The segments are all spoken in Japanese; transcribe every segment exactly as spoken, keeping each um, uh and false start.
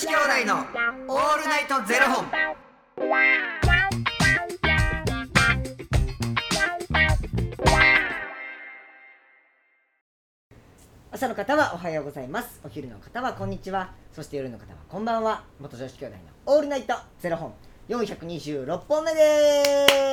子兄弟のオールナイトゼロ本。 朝の方はおはようございます。お昼の方はこんにちは。そして夜の方はこんばんは。元女子兄弟のオールナイトゼロ本よんひゃくにじゅうろっぽんめで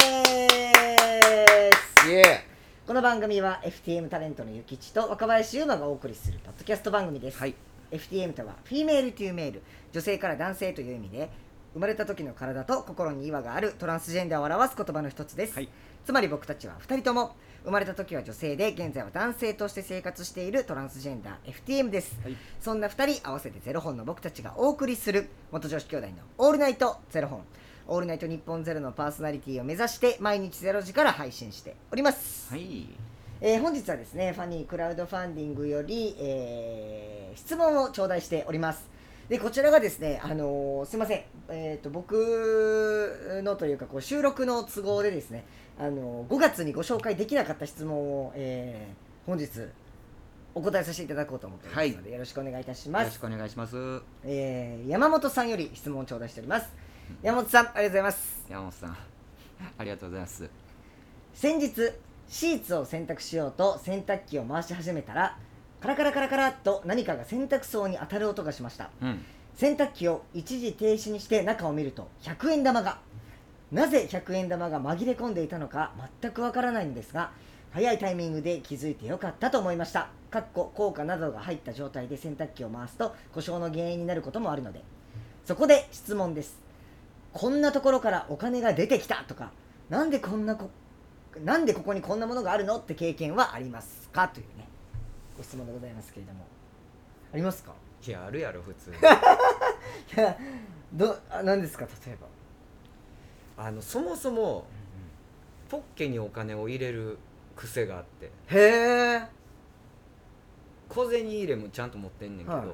ーす。 イエー。 この番組は エフティーエム タレントのゆきちと若林優馬がお送りするポッドキャスト番組です、 はい、 エフティーエム とはフィメールトゥーメール、女性から男性という意味で、生まれた時の体と心に違和があるトランスジェンダーを表す言葉の一つです、 はい、 つまり僕たちはふたりとも生まれた時は女性で現在は男性として生活しているトランスジェンダー エフティーエム です、はい、そんなふたり合わせてゼロ本の僕たちがお送りする元女子兄弟のオールナイトゼロ本、オールナイト日本ゼロのパーソナリティを目指して毎日ゼロ時から配信しております、 はい。 えー、本日はですね、ファニークラウドファンディングより、えー、質問を頂戴しております。でこちらがですね、あのー、すいません、えーと、僕のというかこう収録の都合でですね、あのー、ごがつにご紹介できなかった質問を、えー、本日お答えさせていただこうと思っておりますので、はい、よろしくお願いいたします。 よろしくお願いします。 えー、山本さんより質問を頂戴しております。山本さん、ありがとうございます。 山本さん、ありがとうございます。 先日シーツを洗濯しようと洗濯機を回し始めたら、カラカラカラカラと何かが洗濯槽に当たる音がしました、うん、洗濯機を一時停止にして中を見るとひゃくえん玉が、なぜひゃくえん玉が紛れ込んでいたのか全くわからないのですが、早いタイミングで気づいてよかったと思いました。かっこ硬貨などが入った状態で洗濯機を回すと故障の原因になることもあるので、そこで質問です。こんなところからお金が出てきたとか、なんでこんなこなんでここにこんなものがあるのって経験はありますか、というねご質問でございますけれども、ありますか？ いや、あるやろ普通。 いや、ど何ですか？例えばあのそもそも、うんうん、ポッケにお金を入れる癖があって、 へえ。 小銭入れもちゃんと持ってんねんけど、はい、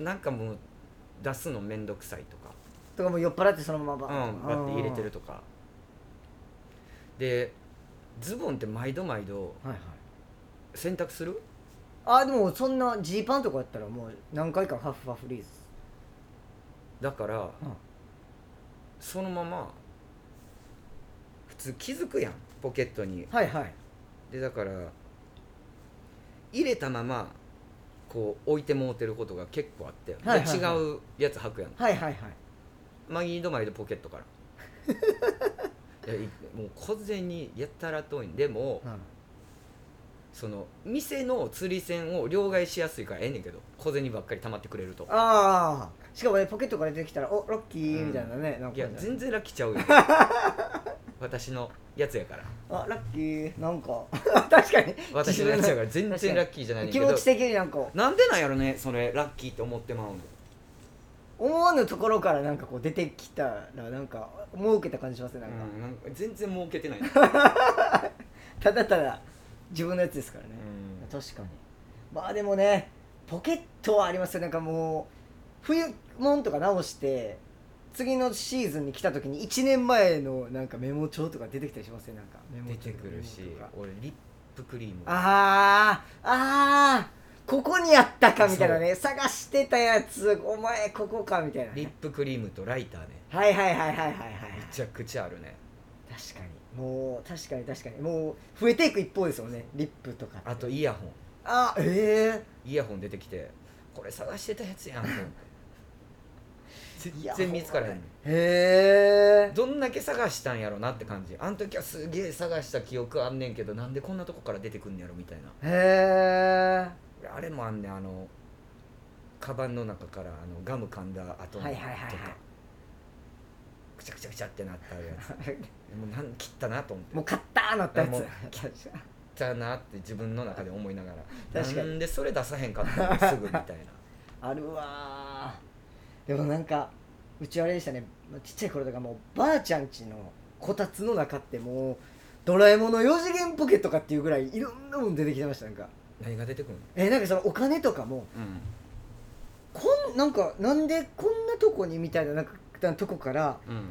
なんかもう出すのめんどくさいとかとか、もう酔っ払ってそのままバッ、うん、バッて入れてるとかで、ズボンって毎度毎度洗濯する？ はいはい、あ、でもそんなジーパンとかやったらもう何回かファフファフリーズだから、うん、そのまま普通気づくやん、ポケットに。 はいはい。 でだから入れたままこう置いてもうてることが結構あって、はいはいはい、違うやつ履くやん。 はいはいはい。 毎度毎度ポケットからいやもう小銭やったら遠いんでも、うん、その店の釣り銭を両替しやすいからええねんけど、小銭ばっかり溜まってくれると。 ああ、しかもね、ポケットから出てきたらおラッキーみたいなね、うん、なんかいや全然ラッキーちゃうよ私のやつやから。 あ、ラッキー、なんか確かに私のやつやから全然ラッキーじゃないねんけど、 気持ち的になんかなんでなんやろね、それラッキーって思ってまうの。 思わぬところからなんかこう出てきたらなんか儲けた感じしますね。なんか、 うん、なんか全然儲けてないただただ自分のやつですからね、うん、確かに。まあでもね、ポケットはありますよ。なんかもう冬物とか直して次のシーズンに来た時にいちねんまえのなんかメモ帳とか出てきたりしますね。なんかメモ帳出てくるし、俺リップクリーム、 あーあーここにあったかみたいなね、探してたやつお前ここかみたいな、ね、 リップクリームとライターね。 はいはいはいはいはいはい、めちゃくちゃあるね。 確かに、もう確かに確かにもう増えていく一方ですよね、リップとか。 あとイヤホン。 あ、ええー、 イヤホン出てきて、これ探してたやつやんと思って全然見つからへん。へえ。 どんだけ探したんやろなって感じ。あの時はすげえ探した記憶あんねんけど、なんでこんなとこから出てくんねやろみたいな。 へえ。 あれもあんねん、あのカバンの中からあのガム噛んだ後のとか、くちゃくちゃくちゃってなったやつもうなん切ったなと思って、 もう買ったーなったやつ切ったなって自分の中で思いながら確かになんでそれ出さへんかったのすぐみたいなあるわー。でもなんかうちあれでしたね、ちっちゃい頃とかもうばあちゃん家のこたつの中ってもうドラえもんのよ次元ポケットかっていうぐらいいろんなもん出てきてました。なんか何が出てくるの？ えー、なんかそのお金とかも、うん、こんなんかなんでこんなとこにみたいななんかとこから、うん、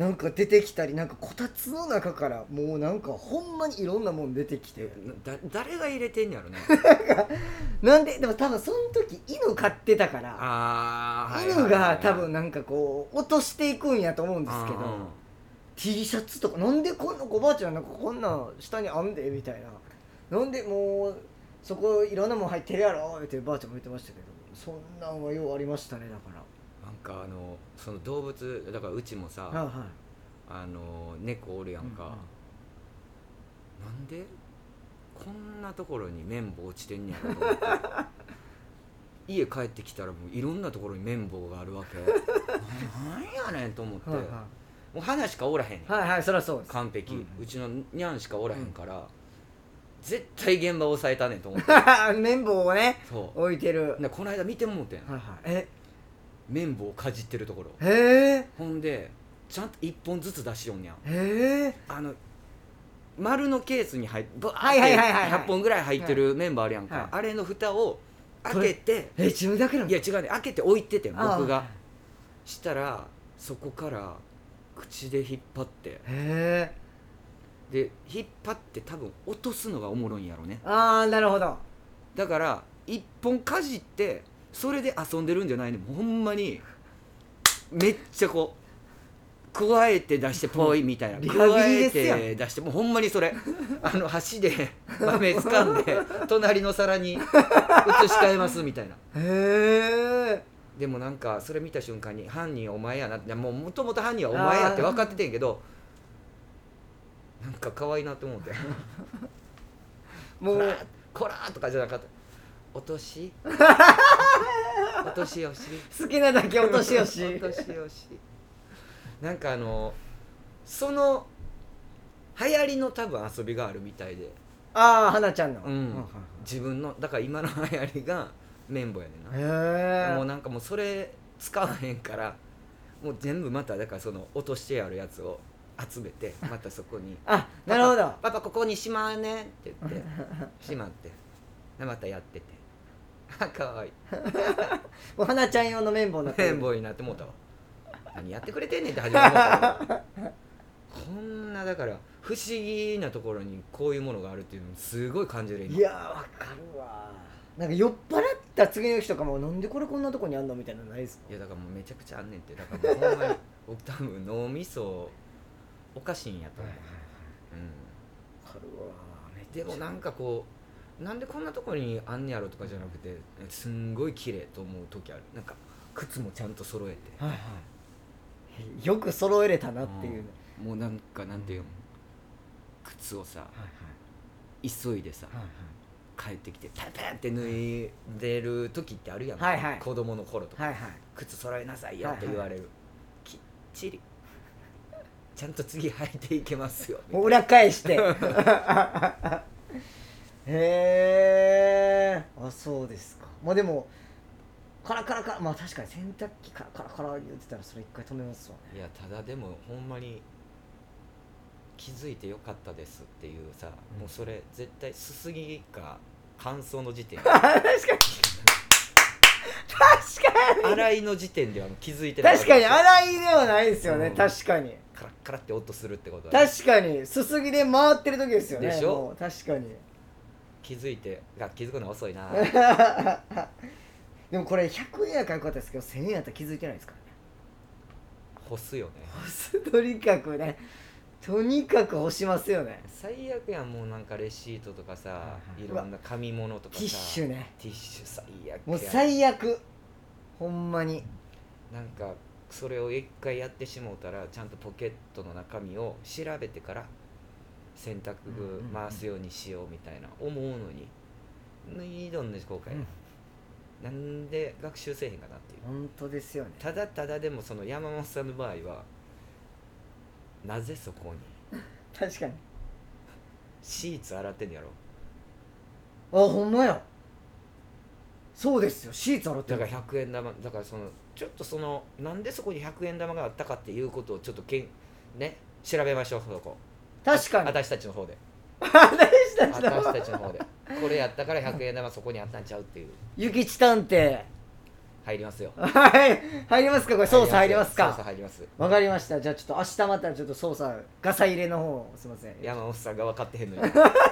なんか出てきたり、なんかこたつの中からもうなんかほんまにいろんなもん出てきて、 だ誰が入れてんやろねなんででも多分その時犬飼ってたから、 あー、はい犬が多分なんかこう落としていくんやと思うんですけど、T シャツとかなんでこんなおばあちゃんなんかこんなん下にあんでみたいな、なんでもうそこいろんなもん入ってるやろってばあちゃんも言ってましたけど、そんなんはようありましたね。だからなんかあのその動物だからうちもさ、 はいはい、 あの猫おるやんか、 うんうん、 なんでこんなところに綿棒落ちてんねやろと思って家帰ってきたらもういろんなところに綿棒があるわけなんやねんと思って、はいはい、もう花しかおらへん、 はいはい、そりゃそうです、 完璧、うんうん、うちのニャンしかおらへんから、うん、絶対現場抑えたねんと思って綿棒をね置いてる。 この間見てもうてん、はいはい、え綿棒をかじってるところ、 へえ、 ほんでちゃんといっぽんずつ出しよんやん、 へえ、 あの丸のケースに入ってバーってひゃっぽんぐらい入ってる綿棒あるやんか、はいはい、あれの蓋を開けて、 え自分だけなの？ いや違うね、開けて置いてて僕がしたらそこから口で引っ張って、へで引っ張って多分落とすのがおもろいんやろね。 ああ、なるほど。 だからいっぽんかじってそれで遊んでるんじゃないの、ほんまにめっちゃこう加えて出してポイみたいな、加えて出して、もうほんまにそれあの箸で豆掴んで隣の皿に移し替えますみたいな。へえ。でもなんかそれ見た瞬間に犯人お前やなって、もうもともと犯人はお前やって分かっててんけど、なんか可愛いなって思ってもうこらーとかじゃなかった、落とし落としよし、 好きなだけ落としよし落としよし、なんかあのその流行りの多分遊びがあるみたいで、 ああ、花ちゃんの、 うん、自分のだから今の流行りが綿棒やねんな。へえ。もうなんかもうそれ使わへんからもう全部まただからその落としてあるやつを集めてまたそこにあ、なるほど、 パパここにしまうねって言ってしまってまたやっててあ、かわいいもう花ちゃん用の綿棒になって綿棒になってもうたわ何やってくれてんねんって初め思ったけどこんなだから不思議なところにこういうものがあるっていうのをすごい感じる。 いやー、わかるわ。なんか酔っ払った次の日とかもなんでこれこんなとこにあんのみたいなのないですか？ いやだからもうめちゃくちゃあんねんって、だからもうほんまに僕多分脳みそおかしいんやと思う、うん、わかるわ。でもなんかこうなんでこんなとこにあんねやろとかじゃなくてすんごい綺麗と思う時ある。なんか靴もちゃんと揃えて、はいはい、 よく揃えれたなっていう、 うん、もうなんかなんていうの、靴をさ、はいはい、急いでさ、はいはい、帰ってきてパンパンって脱いでる時ってあるやん、はいはい、子供の頃とか、はいはい、靴揃えなさいよって言われる、はいはい、きっちりちゃんと次履いていけますよ裏返してへえ、あ、そうですか。まあでもカラカラカラ、まあ確かに洗濯機カラカラカラ言ってたらそれ一回止めますわね。 いやただでもほんまに気づいてよかったですっていうさ、うん、もうそれ絶対すすぎか乾燥の時点確かに確かに洗いの時点では気づいてない。 確かに洗いではないですよね、うん、確かにカラッカラって音するってことは、 ね、確かにすすぎで回ってる時ですよね。 でしょ。 確かに気づいてが気づくのは遅いなでもこれひゃくえんやからよかったですけどせんえんやったら気づいてないですからね。 干すよね。 干す、とにかくね、とにかく干しますよね。 最悪やん。もうなんかレシートとかさ、はいはい、いろんな紙物とかさ、 ティッシュね、 ティッシュ最悪。 もう最悪、ほんまに。 なんかそれを一回やってしもうたらちゃんとポケットの中身を調べてから洗濯具回すようにしようみたいな思うのに、脱いどんね後悔、うん、なんで学習せえへんかなっていう。 本当ですよね。 ただただでもその山本さんの場合はなぜそこに確かにシーツ洗ってんやろ。 あ、ほんまや。そうですよ、シーツ洗ってる。 だからひゃくえん玉だから、そのちょっとそのなんでそこにひゃくえん玉があったかっていうことをちょっとけんね調べましょう。そこ確かに私たちの方で私たちの私たちの方でこれやったからひゃくえん玉そこにあったんちゃうっていう。 ゆきち探偵入りますよ。 はい入りますかこれ操作入りますか。 操作入ります。 わかりました。じゃあちょっと明日またちょっと操作ガサ入れの方すいません。 山本さんが分かってへんのに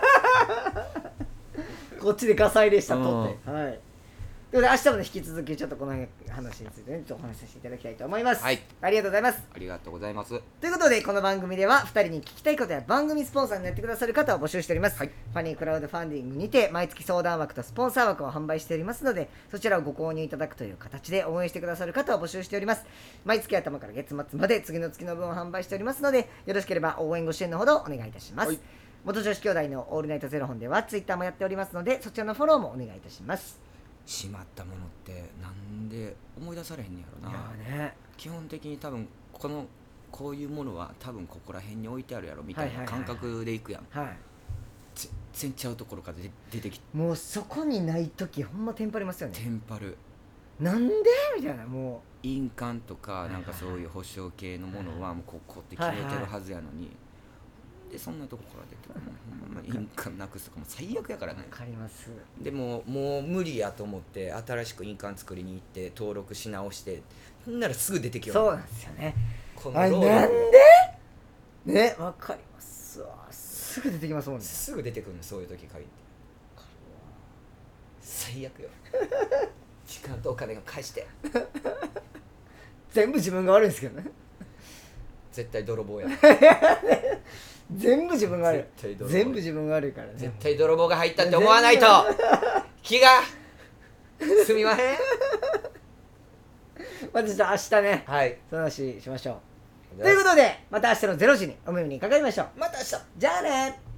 こっちでガサ入れしたとってはい。ということで明日もね引き続きちょっとこの話についてねちょっとお話しさせていただきたいと思います。 はい。 ありがとうございます。 ありがとうございます。 ということでこの番組ではふたりに聞きたいことや番組スポンサーになってくださる方を募集しております、はい、ファニークラウドファンディングにて毎月相談枠とスポンサー枠を販売しておりますのでそちらをご購入いただくという形で応援してくださる方を募集しております。毎月頭から月末まで次の月の分を販売しておりますのでよろしければ応援ご支援のほどお願いいたします、はい、元女子兄弟のオールナイトゼロ本ではツイッターもやっておりますのでそちらのフォローもお願いいたします。 しまったものってなんで思い出されへんねやろな。 いやね、 基本的に多分このこういうものは多分ここら辺に置いてあるやろみたいな感覚でいくやん、はいはいはいはい、全然ちゃうところから出てきてもうそこにない時ほんまテンパりますよね。 テンパるなんでみたいなもう印鑑とかなんかそういう保証系のものはもうここって決めてるはずやのに、はいはい、でそんなとこから出てくる印鑑なくすとかも最悪やからね。 わかります。 でももう無理やと思って新しく印鑑作りに行って登録し直してほんならすぐ出てきよう。 そうなんですよね。 このロールなんでねわかりますわ。すぐ出てきますもんね。 すぐ出てくるのそういう時限って最悪よ時間とお金が返して全部自分が悪いんですけどね。 絶対泥棒や全部自分が悪い。全部自分が悪いからね。 絶対泥棒が入ったって思わないと気がすみませんまたちょっと明日ね、 はい、 その話しましょう。ということでまた明日のゼロ時にお耳にかかりましょう。 また明日。 じゃあね。